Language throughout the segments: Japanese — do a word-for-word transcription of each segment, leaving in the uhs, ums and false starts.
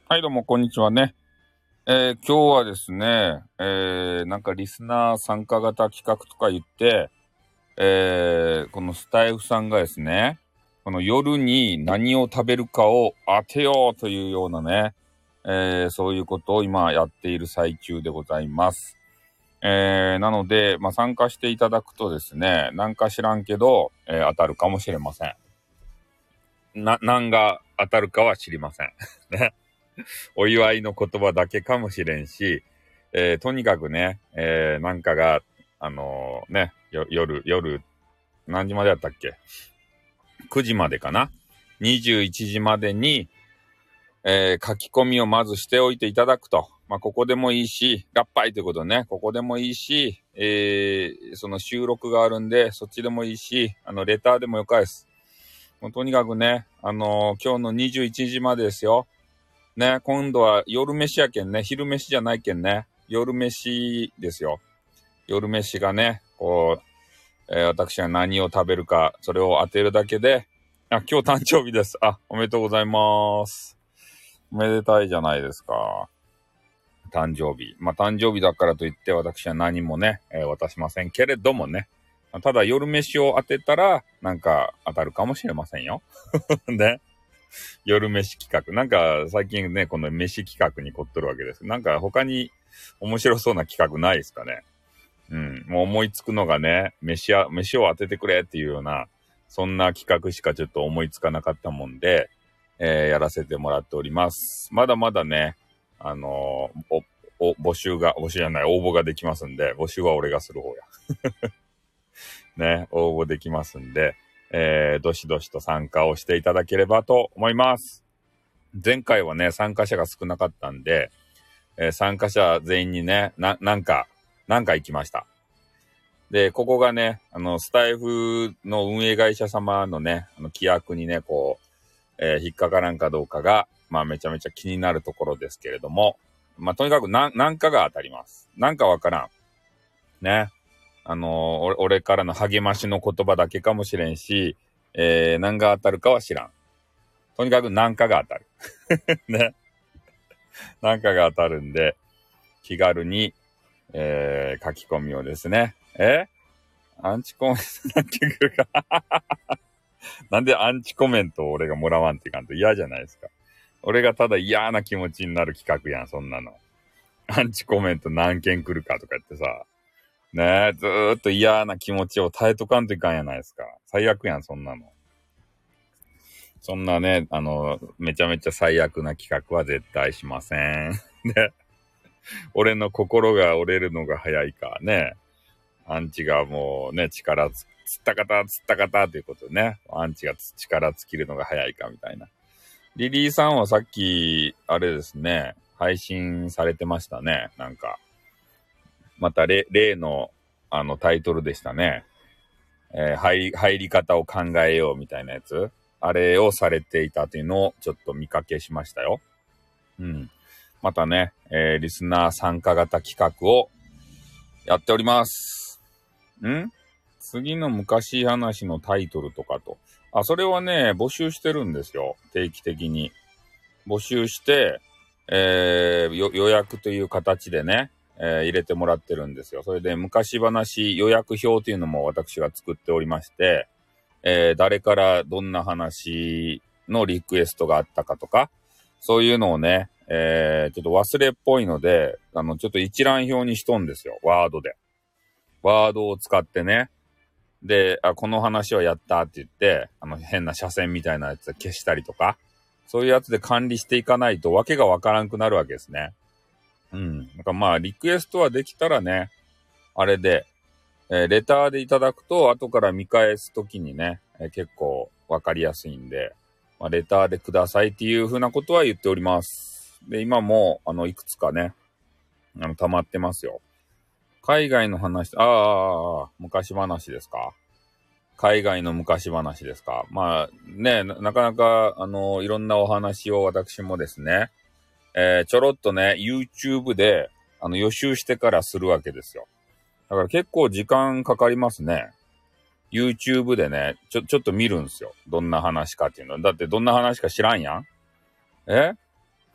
はい、どうも、こんにちはね。えー今日はですね、えーなんかリスナー参加型企画とか言って、えーこのスタイフさんがですね、この夜に何を食べるかを当てようというようなね、えーそういうことを今やっている最中でございます。えーなので、まあ、参加していただくとですね、なんか知らんけど、えー当たるかもしれません。な、何が当たるかは知りません。ね。お祝いの言葉だけかもしれんし、えーとにかくね、えーなんかが、あのーね、よ夜、夜、何時までやったっけ ?く 時までかな ?にじゅういち 時までに、えー書き込みをまずしておいていただくと。まあ、ここでもいいし、合杯ということね、ここでもいいし、えーその収録があるんで、そっちでもいいし、あの、レターでもよかです。もうとにかくね、あのー今日のにじゅういちじまでですよ。ね、今度は夜飯やけんね、昼飯じゃないけんね、夜飯ですよ。夜飯がね、こう、えー私が何を食べるか、それを当てるだけで、あ、今日誕生日です。あ、おめでとうございます。おめでたいじゃないですか。誕生日。まあ、誕生日だからといって私は何もね、えー渡しませんけれどもね。ただ夜飯を当てたら、なんか当たるかもしれませんよ。ね。夜飯企画。なんか最近ね、この飯企画に凝っとるわけです。なんか他に面白そうな企画ないですかね。うん。もう思いつくのがね、飯や、飯を当ててくれっていうような、そんな企画しかちょっと思いつかなかったもんで、えーやらせてもらっております。まだまだね、あのーお、お、募集が、募集じゃない、応募ができますんで、募集は俺がする方や。ね、応募できますんで、えー、どしどしと参加をしていただければと思います。前回はね、参加者が少なかったんで、えー参加者全員にね、な、なんか、なんか行きました。で、ここがね、あの、スタイフの運営会社様のね、あの、規約にね、こう、えー引っかからんかどうかが、まあ、めちゃめちゃ気になるところですけれども、まあ、とにかくな、なんかが当たります。なんかわからん。ね。あのー俺、俺からの励ましの言葉だけかもしれんし、えー、何が当たるかは知らん。とにかく何かが当たる。ね。何かが当たるんで、気軽に、えー、書き込みをですね。えアンチコメントなってくるか。なんでアンチコメントを俺がもらわんっていかんと嫌じゃないですか。俺がただ嫌な気持ちになる企画やん、そんなの。アンチコメント何件来るかとか言ってさ。ねえ、ずーっと嫌な気持ちを耐えとかんといかんやないですか。最悪やん、そんなの。そんなね、あの、めちゃめちゃ最悪な企画は絶対しません。ね。俺の心が折れるのが早いかね。アンチがもうね、力つ、つった方、つった方ということでね。アンチがつ力尽きるのが早いかみたいな。リリーさんはさっき、あれですね、配信されてましたね。なんか、また例、例の、あの、タイトルでしたね。えー入り、入り方を考えようみたいなやつ。あれをされていたというのをちょっと見かけしましたよ。うん。またね、えーリスナー参加型企画をやっております。ん次の昔話のタイトルとかと。あ、それはね、募集してるんですよ。定期的に。募集して、えー、予約という形でね、えー入れてもらってるんですよ。それで昔話予約表というのも私が作っておりまして、えー誰からどんな話のリクエストがあったかとか、そういうのをね、えーちょっと忘れっぽいので、あの、ちょっと一覧表にしとんですよ。ワードで。ワードを使ってね。で、あ、この話はやったって言って、あの、変な斜線みたいなやつ消したりとか、そういうやつで管理していかないとわけがわからんくなるわけですね。うん。なんかまあ、リクエストはできたらね、あれで、えーレターでいただくと、後から見返すときにね、えー結構わかりやすいんで、まあ、レターでくださいっていうふうなことは言っております。で、今も、あの、いくつかね、あの、溜まってますよ。海外の話、ああ、ああ、昔話ですか？海外の昔話ですか？まあ、ね、な、なかなか、あの、いろんなお話を私もですね、えーちょろっとね、YouTube で、あの、予習してからするわけですよ。だから結構時間かかりますね。YouTube でね、ちょ、ちょっと見るんですよ。どんな話かっていうの。だってどんな話か知らんやん。え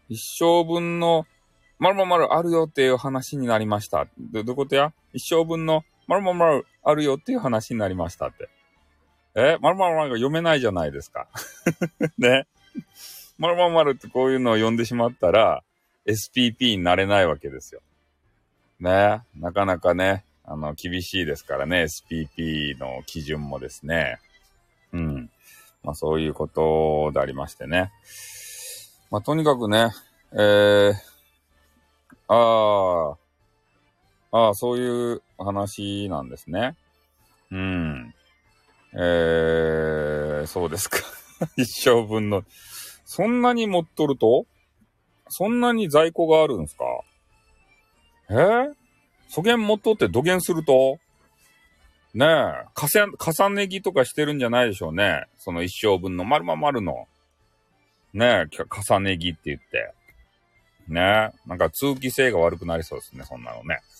一生分のまるまるまるあるよっていう話になりました。ど、どういうことや？一生分のまるまるまるあるよっていう話になりましたって。え、まるまるまるが読めないじゃないですか。ね。まるまるまるってこういうのを読んでしまったら エスピーピー になれないわけですよ。ね。なかなかね、あの、厳しいですからね、エスピーピー の基準もですね。うん。まあそういうことでありましてね。まあとにかくね、えー、ああ、ああ、そういう話なんですね。うん。えー、そうですか。一生分の。そんなに持っとるとそんなに在庫があるんですか？えー、そげん持っとってどげんするとねえ、かせ、重ね着とかしてるんじゃないでしょうね。その一生分の丸ま丸の。ねえ、重ね着って言って。ねえ、なんか通気性が悪くなりそうですね、そんなのね。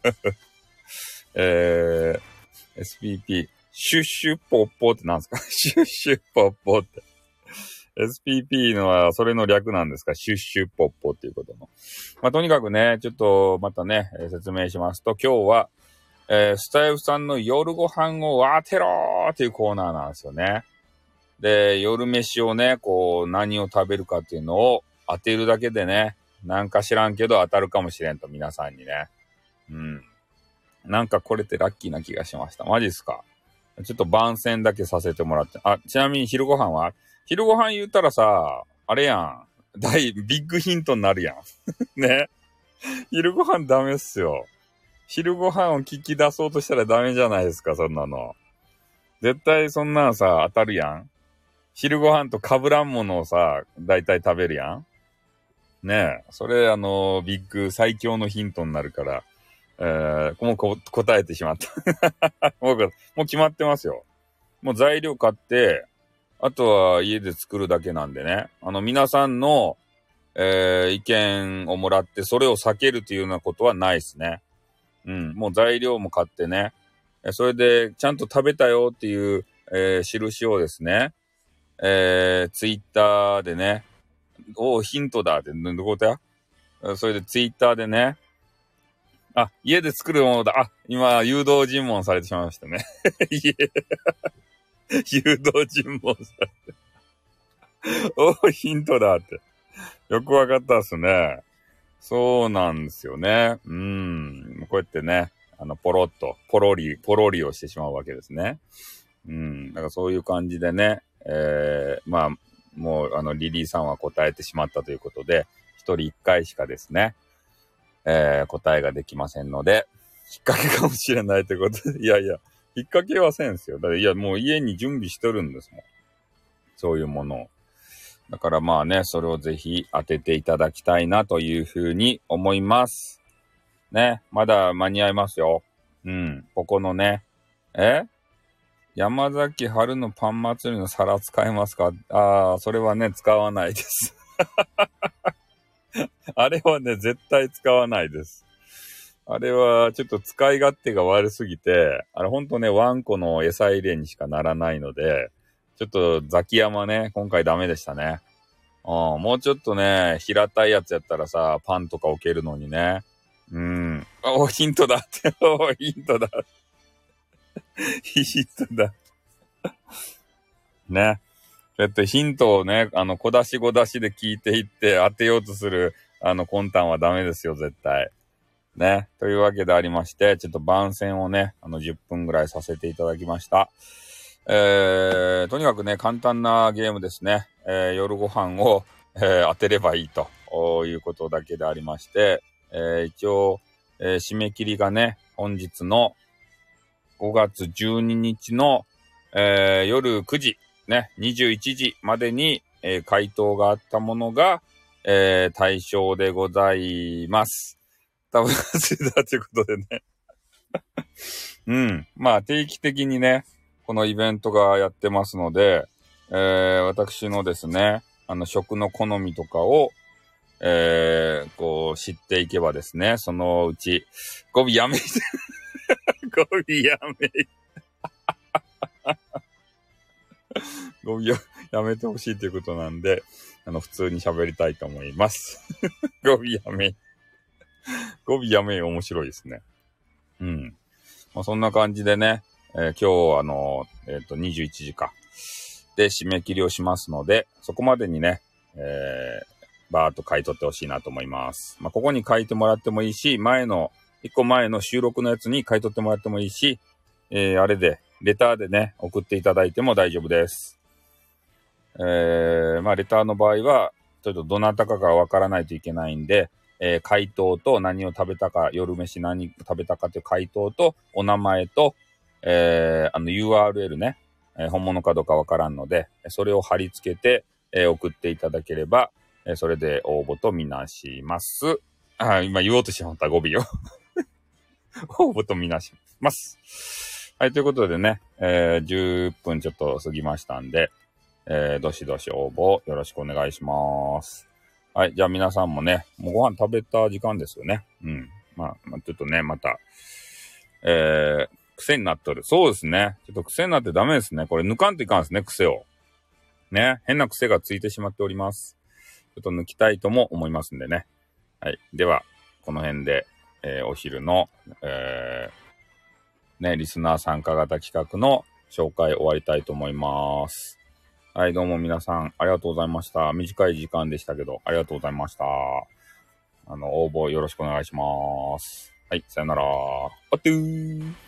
えー、エスピーピー、シュッシュッポッポってなんですか？シュッシュッポッポって。エスピーピー のはそれの略なんですか？シュッシュッポッポっていうことの。まあ、とにかくね、ちょっとまたね、えー、説明しますと、今日は、えー、スタイフさんの夜ご飯を当てろーっていうコーナーなんですよね。で、夜飯をね、こう、何を食べるかっていうのを当てるだけでね、なんか知らんけど当たるかもしれんと、皆さんにね。うん。なんかこれってラッキーな気がしました。マジっすか？ちょっと番宣だけさせてもらって。あ、ちなみに昼ご飯は昼ご飯言ったらさ、あれやん。大、ビッグヒントになるやん。ね。昼ご飯ダメっすよ。昼ご飯を聞き出そうとしたらダメじゃないですか、そんなの。絶対そんなんさ、当たるやん。昼ご飯と被らんものをさ、大体食べるやん。ねえ。それ、あの、ビッグ最強のヒントになるから、えー、もうこ答えてしまった。もう、もう決まってますよ。もう材料買って、あとは家で作るだけなんでね。あの、皆さんの、えー、意見をもらって、それを避けるというようなことはないですね。うん。もう材料も買ってね。それで、ちゃんと食べたよっていう、えー、印をですね、えー、ツイッターでね、おー、ヒントだって、どういうことや？それでツイッターでね、あ、家で作るものだ。あ、今、誘導尋問されてしまいましたね。誘導尋問されて。おー、ヒントだって。よくわかったっすね。そうなんですよね。うん。こうやってね、あの、ポロッと、ポロリ、ポロリをしてしまうわけですね。うん。だからそういう感じでね、えー、まあ、もう、あの、リリーさんは答えてしまったということで、一人一回しかですね、えー、答えができませんので、引っ掛けかもしれないということで、いやいや、引っ掛けはせんすよ。だから、いや、もう家に準備しとるんですもん。そういうものを。だからまあね、それをぜひ当てていただきたいなというふうに思います。ね、まだ間に合いますよ。うん、ここのね、え山崎春のパン祭りの皿使えますか？ああ、それはね、使わないです。あれはね、絶対使わないです。あれはちょっと使い勝手が悪すぎて、あれほんとね、ワンコの餌入れにしかならないので、ちょっとザキヤマね、今回ダメでしたね。うん、もうちょっとね、平たいやつやったらさ、パンとか置けるのにね。うん。お、ヒントだって。お、ヒントだ。ヒントだ。ね。そうやってヒントをね、あの、小出し小出しで聞いていって当てようとする、あの、魂胆はダメですよ、絶対。ね。というわけでありまして、ちょっと番宣をね、あの、じゅっぷんぐらいさせていただきました。えー、とにかくね、簡単なゲームですね。えー、夜ご飯を、えー、当てればいいということだけでありまして、えー、一応、えー、締め切りがね、本日のごがつじゅうににちの、えー、夜くじ、ね、にじゅういちじまでに、えー、回答があったものが、えー、対象でございます。多分、だということでね。うん。まあ、定期的にね、このイベントがやってますので、えー、私のですね、あの、食の好みとかを、えー、こう、知っていけばですね、そのうち、語尾やめて、語尾やめ、語尾をやめてほしいということなんで、 あの、普通に喋りたいと思います。語尾やめ。語尾やめ面白いですね。うん。まあ、そんな感じでね、えー、今日あの、えっと、にじゅういちじか。で、締め切りをしますので、そこまでにね、えー、バーっと書いとってほしいなと思います。まあ、ここに書いてもらってもいいし、前の、一個前の収録のやつに書いとってもらってもいいし、えー、あれで、レターでね、送っていただいても大丈夫です。えー、まあ、レターの場合は、ちょっとどなたかがわからないといけないんで、えー、回答と何を食べたか、夜飯何食べたかという回答と、お名前と、えー、あの ユーアールエル ね、えー、本物かどうかわからんので、それを貼り付けて、えー、送っていただければ、えー、それで応募とみなします。あ、今言おうとしまった語尾を。応募とみなします。はい、ということでね、えー、じゅっぷんちょっと過ぎましたんで、えー、どしどし応募よろしくお願いします。はい。じゃあ皆さんもね、もうご飯食べた時間ですよね。うん。まあ、まあ、ちょっとね、また、えー、癖になっとる。そうですね。ちょっと癖になってダメですね。これ抜かんといかんですね、癖を。ね。変な癖がついてしまっております。ちょっと抜きたいとも思いますんでね。はい。では、この辺で、えー、お昼の、えー、ね、リスナー参加型企画の紹介終わりたいと思います。はい、どうも皆さんありがとうございました。短い時間でしたけど、ありがとうございました。あの、応募よろしくお願いします。はい、さよなら。あってー。